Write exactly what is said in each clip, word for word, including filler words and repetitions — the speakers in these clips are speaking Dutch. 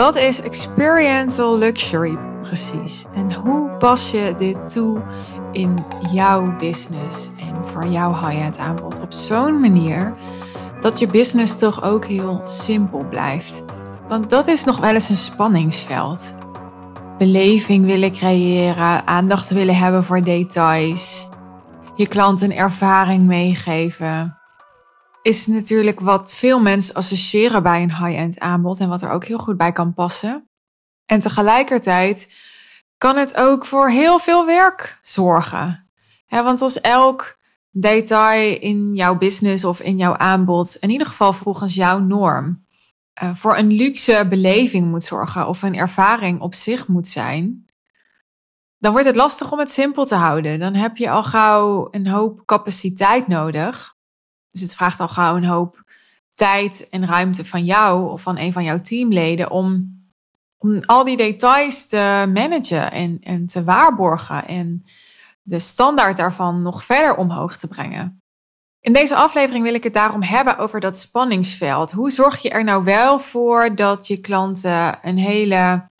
Wat is experiential luxury precies? En hoe pas je dit toe in jouw business en voor jouw high-end aanbod op zo'n manier dat je business toch ook heel simpel blijft? Want dat is nog wel eens een spanningsveld. Beleving willen creëren, aandacht willen hebben voor details, je klant een ervaring meegeven, is natuurlijk wat veel mensen associëren bij een high-end aanbod en wat er ook heel goed bij kan passen. En tegelijkertijd kan het ook voor heel veel werk zorgen. Ja, want als elk detail in jouw business of in jouw aanbod, in ieder geval volgens jouw norm, uh, voor een luxe beleving moet zorgen of een ervaring op zich moet zijn, dan wordt het lastig om het simpel te houden. Dan heb je al gauw een hoop capaciteit nodig. Dus het vraagt al gauw een hoop tijd en ruimte van jou of van een van jouw teamleden om, om al die details te managen en, en te waarborgen en de standaard daarvan nog verder omhoog te brengen. In deze aflevering wil ik het daarom hebben over dat spanningsveld. Hoe zorg je er nou wel voor dat je klanten een hele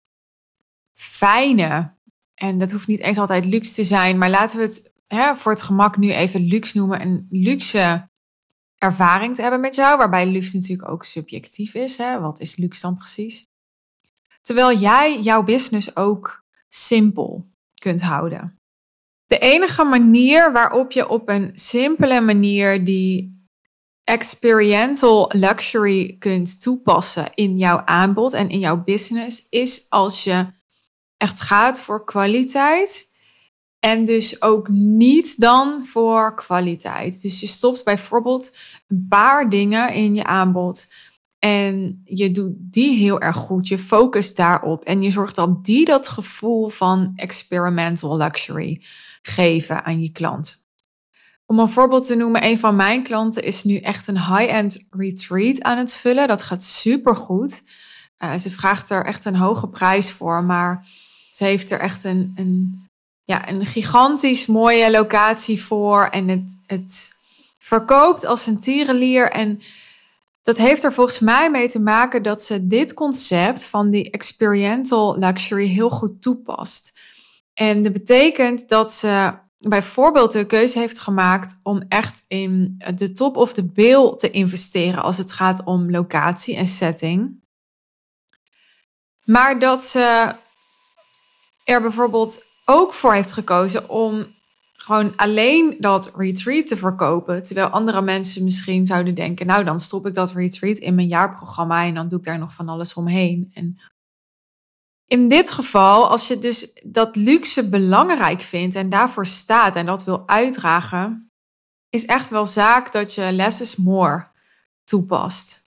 fijne, en dat hoeft niet eens altijd luxe te zijn, maar laten we het hè, voor het gemak nu even luxe noemen, een luxe ervaring te hebben met jou, waarbij luxe natuurlijk ook subjectief is. Hè? Wat is luxe dan precies? Terwijl jij jouw business ook simpel kunt houden. De enige manier waarop je op een simpele manier die experiential luxury kunt toepassen in jouw aanbod en in jouw business is als je echt gaat voor kwaliteit. En dus ook niet dan voor kwaliteit. Dus je stopt bijvoorbeeld een paar dingen in je aanbod. En je doet die heel erg goed. Je focust daarop. En je zorgt dat die dat gevoel van experimental luxury geven aan je klant. Om een voorbeeld te noemen. Een van mijn klanten is nu echt een high-end retreat aan het vullen. Dat gaat supergoed. Uh, ze vraagt er echt een hoge prijs voor. Maar ze heeft er echt een... een Ja, een gigantisch mooie locatie voor en het, het verkoopt als een tierenlier. En dat heeft er volgens mij mee te maken dat ze dit concept van die experiential luxury heel goed toepast. En dat betekent dat ze bijvoorbeeld de keuze heeft gemaakt om echt in de top of the bill te investeren als het gaat om locatie en setting. Maar dat ze er bijvoorbeeld ook voor heeft gekozen om gewoon alleen dat retreat te verkopen. Terwijl andere mensen misschien zouden denken, nou dan stop ik dat retreat in mijn jaarprogramma en dan doe ik daar nog van alles omheen. En in dit geval, als je dus dat luxe belangrijk vindt en daarvoor staat en dat wil uitdragen, is echt wel zaak dat je less is more toepast.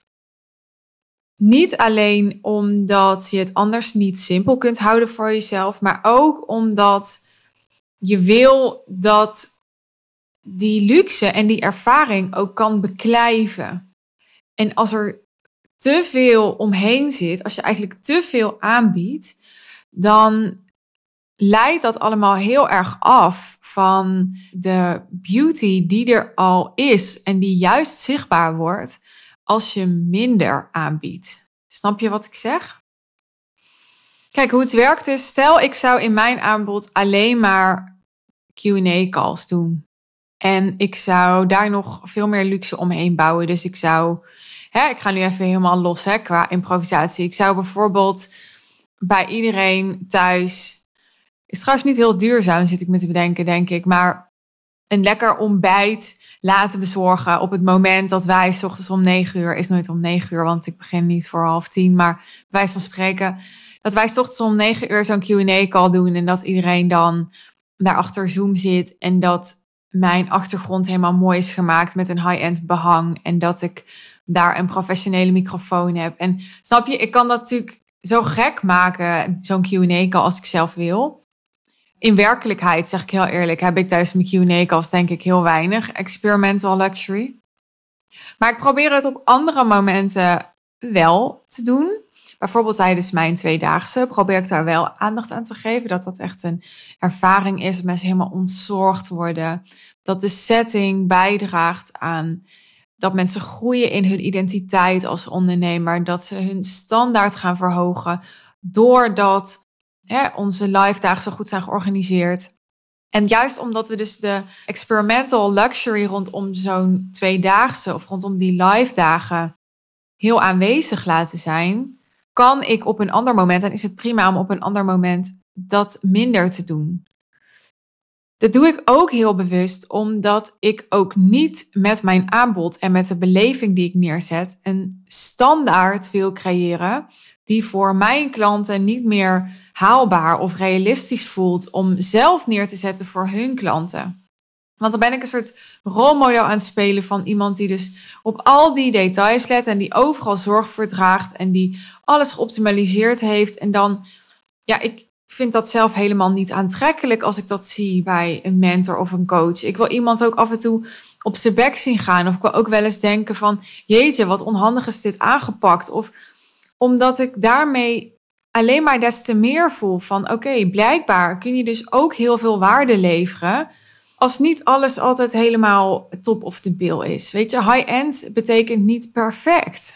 Niet alleen omdat je het anders niet simpel kunt houden voor jezelf, maar ook omdat je wil dat die luxe en die ervaring ook kan beklijven. En als er te veel omheen zit, als je eigenlijk te veel aanbiedt, dan leidt dat allemaal heel erg af van de beauty die er al is en die juist zichtbaar wordt als je minder aanbiedt. Snap je wat ik zeg? Kijk, hoe het werkt is, stel ik zou in mijn aanbod alleen maar Q en A calls doen. En ik zou daar nog veel meer luxe omheen bouwen. Dus ik zou, hè, ik ga nu even helemaal los hè, qua improvisatie. Ik zou bijvoorbeeld bij iedereen thuis, is trouwens niet heel duurzaam, zit ik me te bedenken, denk ik, maar een lekker ontbijt laten bezorgen op het moment dat wij 's ochtends om negen uur, is nooit om negen uur, want ik begin niet voor half tien, maar bij wijze van spreken, dat wij 's ochtends om negen uur zo'n Q en A call doen en dat iedereen dan daar achter Zoom zit en dat mijn achtergrond helemaal mooi is gemaakt met een high-end behang en dat ik daar een professionele microfoon heb. En snap je, ik kan dat natuurlijk zo gek maken, zo'n Q en A call als ik zelf wil. In werkelijkheid, zeg ik heel eerlijk, heb ik tijdens mijn Q en A calls denk ik heel weinig experimental luxury. Maar ik probeer het op andere momenten wel te doen. Bijvoorbeeld tijdens mijn tweedaagse probeer ik daar wel aandacht aan te geven. Dat dat echt een ervaring is. Dat mensen helemaal ontzorgd worden. Dat de setting bijdraagt aan dat mensen groeien in hun identiteit als ondernemer. Dat ze hun standaard gaan verhogen. Doordat hè, onze live dagen zo goed zijn georganiseerd. En juist omdat we dus de experimental luxury rondom zo'n tweedaagse of rondom die live dagen heel aanwezig laten zijn, kan ik op een ander moment, en is het prima om op een ander moment dat minder te doen. Dat doe ik ook heel bewust, omdat ik ook niet met mijn aanbod en met de beleving die ik neerzet een standaard wil creëren die voor mijn klanten niet meer haalbaar of realistisch voelt om zelf neer te zetten voor hun klanten. Want dan ben ik een soort rolmodel aan het spelen van iemand die dus op al die details let en die overal zorg voor draagt en die alles geoptimaliseerd heeft. En dan, ja, ik vind dat zelf helemaal niet aantrekkelijk als ik dat zie bij een mentor of een coach. Ik wil iemand ook af en toe op zijn bek zien gaan. Of ik wil ook wel eens denken van, jeetje, wat onhandig is dit aangepakt. Of omdat ik daarmee alleen maar des te meer voel van, oké, okay, blijkbaar kun je dus ook heel veel waarde leveren als niet alles altijd helemaal top of the bill is. Weet je, high-end betekent niet perfect.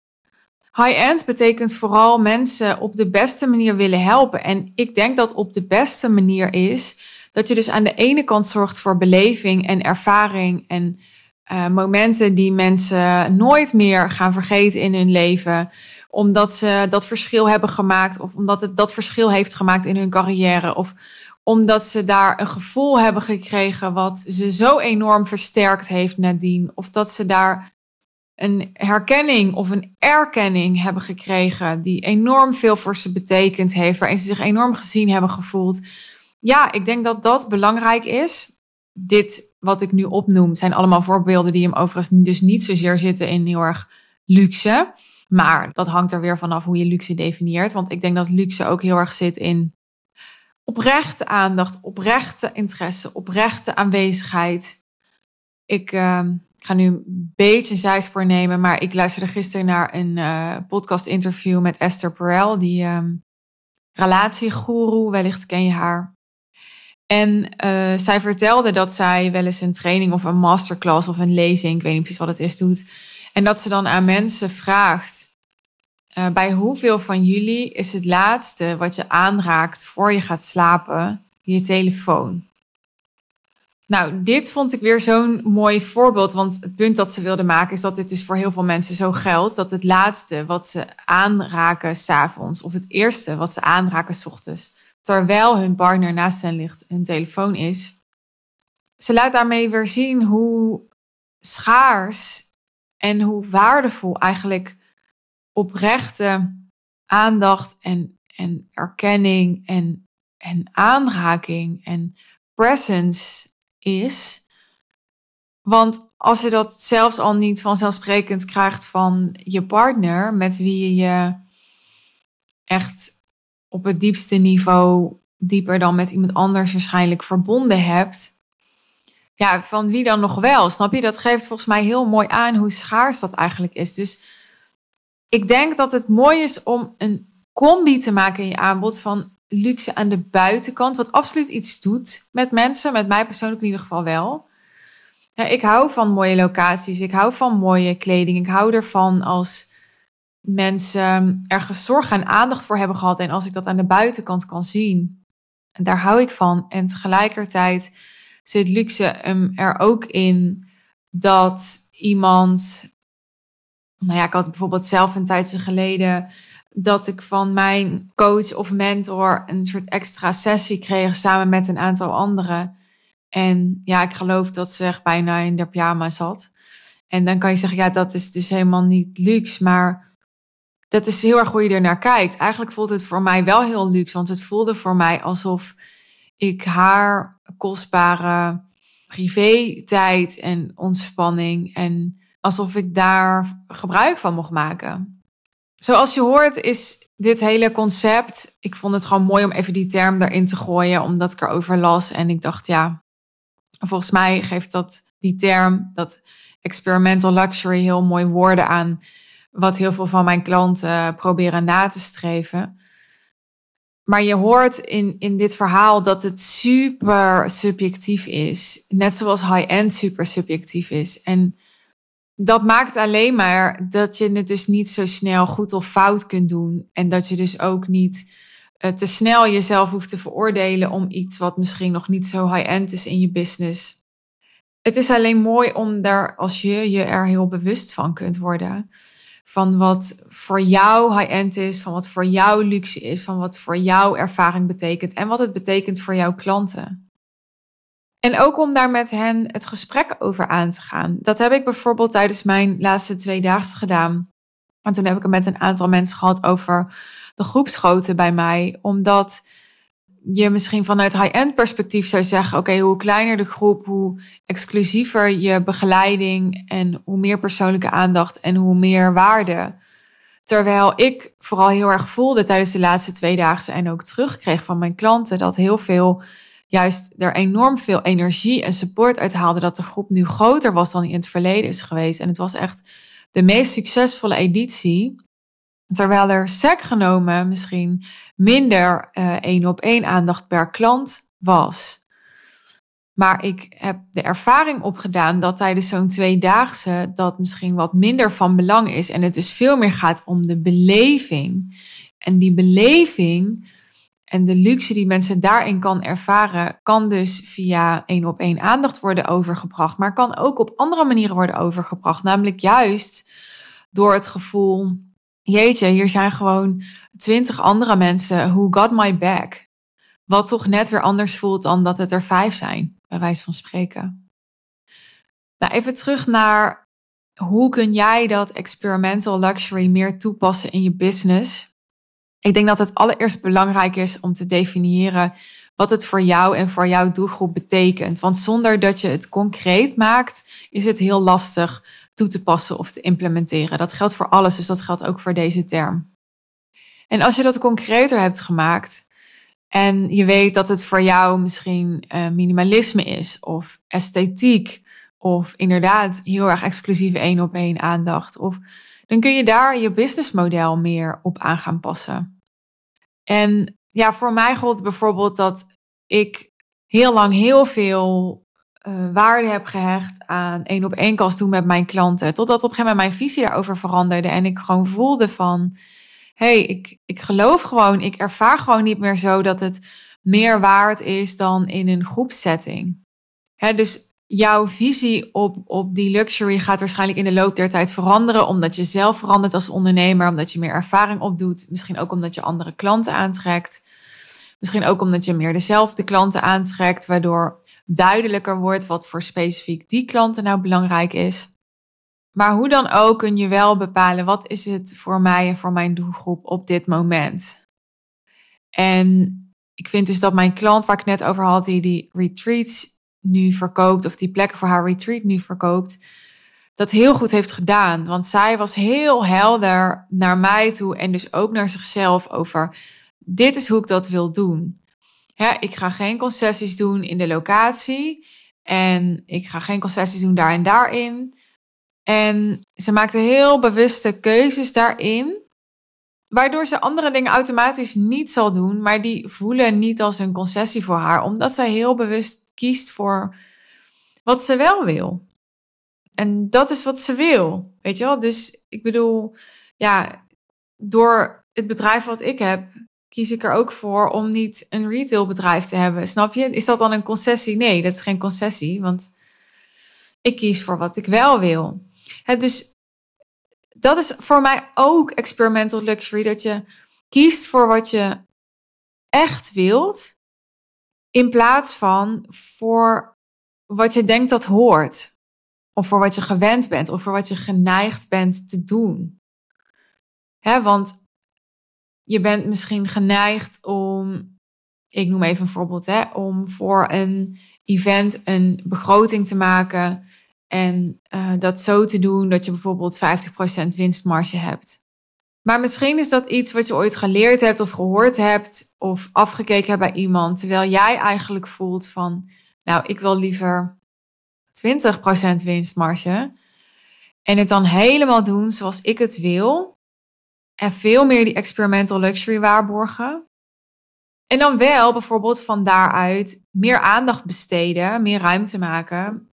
High-end betekent vooral mensen op de beste manier willen helpen. En ik denk dat op de beste manier is dat je dus aan de ene kant zorgt voor beleving en ervaring en uh, momenten die mensen nooit meer gaan vergeten in hun leven, omdat ze dat verschil hebben gemaakt of omdat het dat verschil heeft gemaakt in hun carrière of omdat ze daar een gevoel hebben gekregen wat ze zo enorm versterkt heeft nadien, of dat ze daar een herkenning of een erkenning hebben gekregen die enorm veel voor ze betekend heeft, waarin ze zich enorm gezien hebben gevoeld. Ja, ik denk dat dat belangrijk is. Dit wat ik nu opnoem zijn allemaal voorbeelden die hem overigens dus niet zozeer zitten in heel erg luxe. Maar dat hangt er weer vanaf hoe je luxe definieert. Want ik denk dat luxe ook heel erg zit in oprechte aandacht, oprechte interesse, oprechte aanwezigheid. Ik uh, ga nu een beetje een zijspoor nemen, maar ik luisterde gisteren naar een uh, podcast interview met Esther Perel, die um, relatiegoeroe, wellicht ken je haar. En uh, zij vertelde dat zij wel eens een training of een masterclass of een lezing, ik weet niet precies wat het is, doet. En dat ze dan aan mensen vraagt, uh, bij hoeveel van jullie is het laatste wat je aanraakt voor je gaat slapen je telefoon? Nou, dit vond ik weer zo'n mooi voorbeeld, want het punt dat ze wilde maken is dat dit dus voor heel veel mensen zo geldt, dat het laatste wat ze aanraken 's avonds of het eerste wat ze aanraken 's ochtends, terwijl hun partner naast hen ligt, hun telefoon is. Ze laat daarmee weer zien hoe schaars en hoe waardevol eigenlijk oprechte aandacht en, en erkenning en, en aanraking en presence is. Want als je dat zelfs al niet vanzelfsprekend krijgt van je partner, met wie je je echt op het diepste niveau, dieper dan met iemand anders waarschijnlijk verbonden hebt, ja, van wie dan nog wel? Snap je? Dat geeft volgens mij heel mooi aan hoe schaars dat eigenlijk is. Dus ik denk dat het mooi is om een combi te maken in je aanbod van luxe aan de buitenkant, wat absoluut iets doet met mensen, met mij persoonlijk in ieder geval wel. Ja, ik hou van mooie locaties, ik hou van mooie kleding, ik hou ervan als mensen ergens zorg en aandacht voor hebben gehad en als ik dat aan de buitenkant kan zien. En daar hou ik van. En tegelijkertijd zit luxe um, er ook in dat iemand, nou ja, ik had bijvoorbeeld zelf een tijdje geleden dat ik van mijn coach of mentor een soort extra sessie kreeg samen met een aantal anderen. En ja, ik geloof dat ze echt bijna in de pyjama zat. En dan kan je zeggen, ja, dat is dus helemaal niet luxe, maar dat is heel erg hoe je er naar kijkt. Eigenlijk voelt het voor mij wel heel luxe, want het voelde voor mij alsof ik haar kostbare privé-tijd en ontspanning en alsof ik daar gebruik van mocht maken. Zoals je hoort is dit hele concept, ik vond het gewoon mooi om even die term daarin te gooien, omdat ik erover las en ik dacht, ja, volgens mij geeft dat die term, dat experimental luxury, heel mooi woorden aan wat heel veel van mijn klanten proberen na te streven. Maar je hoort in, in dit verhaal dat het super subjectief is. Net zoals high-end super subjectief is. En dat maakt alleen maar dat je het dus niet zo snel goed of fout kunt doen. En dat je dus ook niet uh, te snel jezelf hoeft te veroordelen om iets wat misschien nog niet zo high-end is in je business. Het is alleen mooi om daar, als je je er heel bewust van kunt worden. Van wat voor jou high-end is, van wat voor jou luxe is, van wat voor jou ervaring betekent en wat het betekent voor jouw klanten. En ook om daar met hen het gesprek over aan te gaan. Dat heb ik bijvoorbeeld tijdens mijn laatste tweedaagse gedaan. En toen heb ik het met een aantal mensen gehad over de groepsgrootte bij mij. Omdat je misschien vanuit high-end perspectief zou zeggen, oké, okay, hoe kleiner de groep, hoe exclusiever je begeleiding en hoe meer persoonlijke aandacht en hoe meer waarde. Terwijl ik vooral heel erg voelde tijdens de laatste tweedaagse en ook terugkreeg van mijn klanten dat heel veel, juist er enorm veel energie en support uit haalde, dat de groep nu groter was dan die in het verleden is geweest. En het was echt de meest succesvolle editie. Terwijl er sec genomen misschien minder uh, één op één aandacht per klant was. Maar ik heb de ervaring opgedaan dat tijdens zo'n tweedaagse dat misschien wat minder van belang is. En het dus veel meer gaat om de beleving. En die beleving en de luxe die mensen daarin kan ervaren, kan dus via één op één aandacht worden overgebracht. Maar kan ook op andere manieren worden overgebracht. Namelijk juist door het gevoel, jeetje, hier zijn gewoon twintig andere mensen who got my back. Wat toch net weer anders voelt dan dat het er vijf zijn, bij wijze van spreken. Nou, even terug naar hoe kun jij dat experimental luxury meer toepassen in je business. Ik denk dat het allereerst belangrijk is om te definiëren wat het voor jou en voor jouw doelgroep betekent. Want zonder dat je het concreet maakt, is het heel lastig toe te passen of te implementeren. Dat geldt voor alles, dus dat geldt ook voor deze term. En als je dat concreter hebt gemaakt en je weet dat het voor jou misschien uh, minimalisme is of esthetiek of inderdaad heel erg exclusieve één op één aandacht, of dan kun je daar je businessmodel meer op aan gaan passen. En ja, voor mij gold bijvoorbeeld dat ik heel lang heel veel uh, waarde heb gehecht aan één op één calls doen met mijn klanten. Totdat op een gegeven moment mijn visie daarover veranderde en ik gewoon voelde van, hey, ik, ik geloof gewoon, ik ervaar gewoon niet meer zo dat het meer waard is dan in een groepsetting. Hè, dus jouw visie op, op die luxury gaat waarschijnlijk in de loop der tijd veranderen, omdat je zelf verandert als ondernemer, omdat je meer ervaring opdoet, misschien ook omdat je andere klanten aantrekt, misschien ook omdat je meer dezelfde klanten aantrekt, waardoor duidelijker wordt wat voor specifiek die klanten nou belangrijk is. Maar hoe dan ook kun je wel bepalen, wat is het voor mij en voor mijn doelgroep op dit moment. En ik vind dus dat mijn klant, waar ik net over had, die die retreats nu verkoopt, of die plekken voor haar retreat nu verkoopt, dat heel goed heeft gedaan. Want zij was heel helder naar mij toe en dus ook naar zichzelf over, dit is hoe ik dat wil doen. Ja, ik ga geen concessies doen in de locatie en ik ga geen concessies doen daar en daarin. En ze maakte heel bewuste keuzes daarin, waardoor ze andere dingen automatisch niet zal doen, maar die voelen niet als een concessie voor haar, omdat zij heel bewust kiest voor wat ze wel wil. En dat is wat ze wil, weet je wel? Dus ik bedoel, ja, door het bedrijf wat ik heb, kies ik er ook voor om niet een retailbedrijf te hebben. Snap je? Is dat dan een concessie? Nee, dat is geen concessie, want ik kies voor wat ik wel wil. He, dus dat is voor mij ook experimental luxury, dat je kiest voor wat je echt wilt, in plaats van voor wat je denkt dat hoort. Of voor wat je gewend bent, of voor wat je geneigd bent te doen. He, want je bent misschien geneigd om, ik noem even een voorbeeld, hè, om voor een event een begroting te maken en uh, dat zo te doen dat je bijvoorbeeld vijftig procent winstmarge hebt. Maar misschien is dat iets wat je ooit geleerd hebt of gehoord hebt of afgekeken hebt bij iemand, terwijl jij eigenlijk voelt van, nou, ik wil liever twintig procent winstmarge en het dan helemaal doen zoals ik het wil en veel meer die experimental luxury waarborgen. En dan wel bijvoorbeeld van daaruit meer aandacht besteden, meer ruimte maken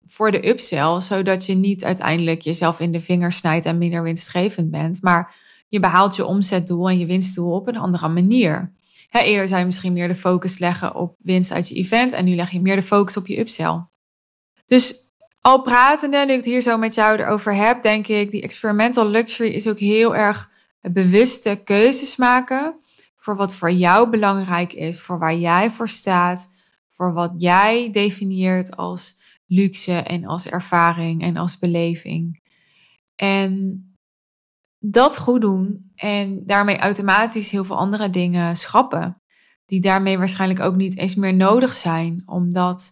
voor de upsell, zodat je niet uiteindelijk jezelf in de vingers snijdt en minder winstgevend bent, maar je behaalt je omzetdoel en je winstdoel op een andere manier. He, eerder zou je misschien meer de focus leggen op winst uit je event en nu leg je meer de focus op je upsell. Dus al pratende, nu ik het hier zo met jou erover heb, denk ik, die experimental luxury is ook heel erg bewuste keuzes maken voor wat voor jou belangrijk is, voor waar jij voor staat, voor wat jij definieert als luxe en als ervaring en als beleving. En dat goed doen en daarmee automatisch heel veel andere dingen schrappen, die daarmee waarschijnlijk ook niet eens meer nodig zijn, omdat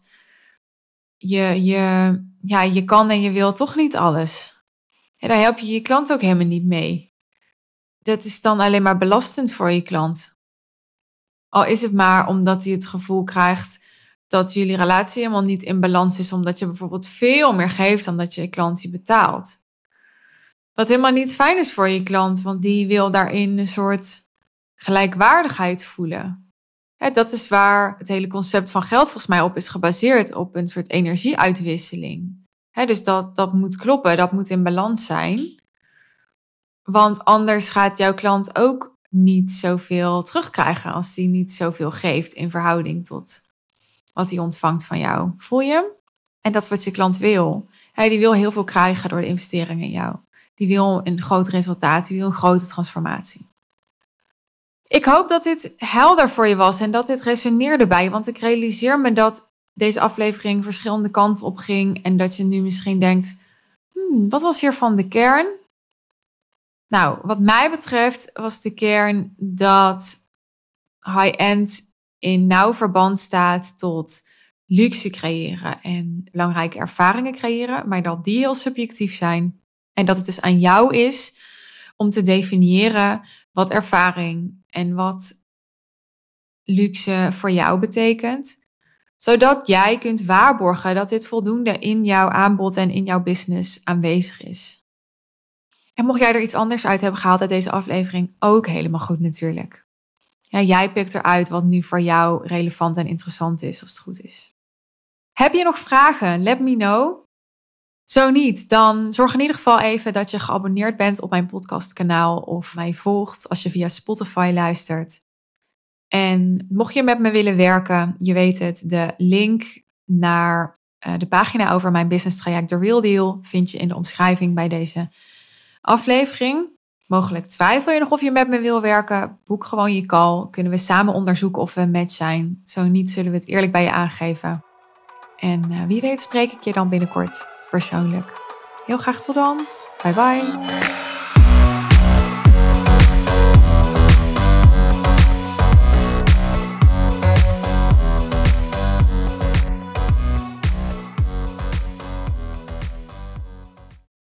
je, je, ja, je kan en je wil toch niet alles. En daar help je je klant ook helemaal niet mee. Dat is dan alleen maar belastend voor je klant. Al is het maar omdat hij het gevoel krijgt dat jullie relatie helemaal niet in balans is, omdat je bijvoorbeeld veel meer geeft dan dat je je klant je betaalt. Wat helemaal niet fijn is voor je klant, want die wil daarin een soort gelijkwaardigheid voelen. Ja, dat is waar het hele concept van geld volgens mij op is gebaseerd, op een soort energieuitwisseling. Ja, dus dat, dat moet kloppen, dat moet in balans zijn. Want anders gaat jouw klant ook niet zoveel terugkrijgen als die niet zoveel geeft in verhouding tot wat hij ontvangt van jou. Voel je? En dat is wat je klant wil. Hij die wil heel veel krijgen door de investering in jou. Die wil een groot resultaat, die wil een grote transformatie. Ik hoop dat dit helder voor je was en dat dit resoneerde bij je. Want ik realiseer me dat deze aflevering verschillende kanten op ging. En dat je nu misschien denkt, hmm, wat was hiervan de kern? Nou, wat mij betreft was de kern dat high-end in nauw verband staat tot luxe creëren en belangrijke ervaringen creëren, maar dat die heel subjectief zijn. En dat het dus aan jou is om te definiëren wat ervaring en wat luxe voor jou betekent. Zodat jij kunt waarborgen dat dit voldoende in jouw aanbod en in jouw business aanwezig is. En mocht jij er iets anders uit hebben gehaald uit deze aflevering, ook helemaal goed natuurlijk. Ja, jij pikt eruit wat nu voor jou relevant en interessant is, als het goed is. Heb je nog vragen? Let me know. Zo niet, dan zorg in ieder geval even dat je geabonneerd bent op mijn podcastkanaal of mij volgt als je via Spotify luistert. En mocht je met me willen werken, je weet het, de link naar uh, de pagina over mijn business traject The Real Deal vind je in de omschrijving bij deze aflevering. Mogelijk twijfel je nog of je met me wil werken, boek gewoon je call. Kunnen we samen onderzoeken of we een match zijn. Zo niet, zullen we het eerlijk bij je aangeven. En uh, wie weet spreek ik je dan binnenkort persoonlijk. Heel graag tot dan. Bye bye.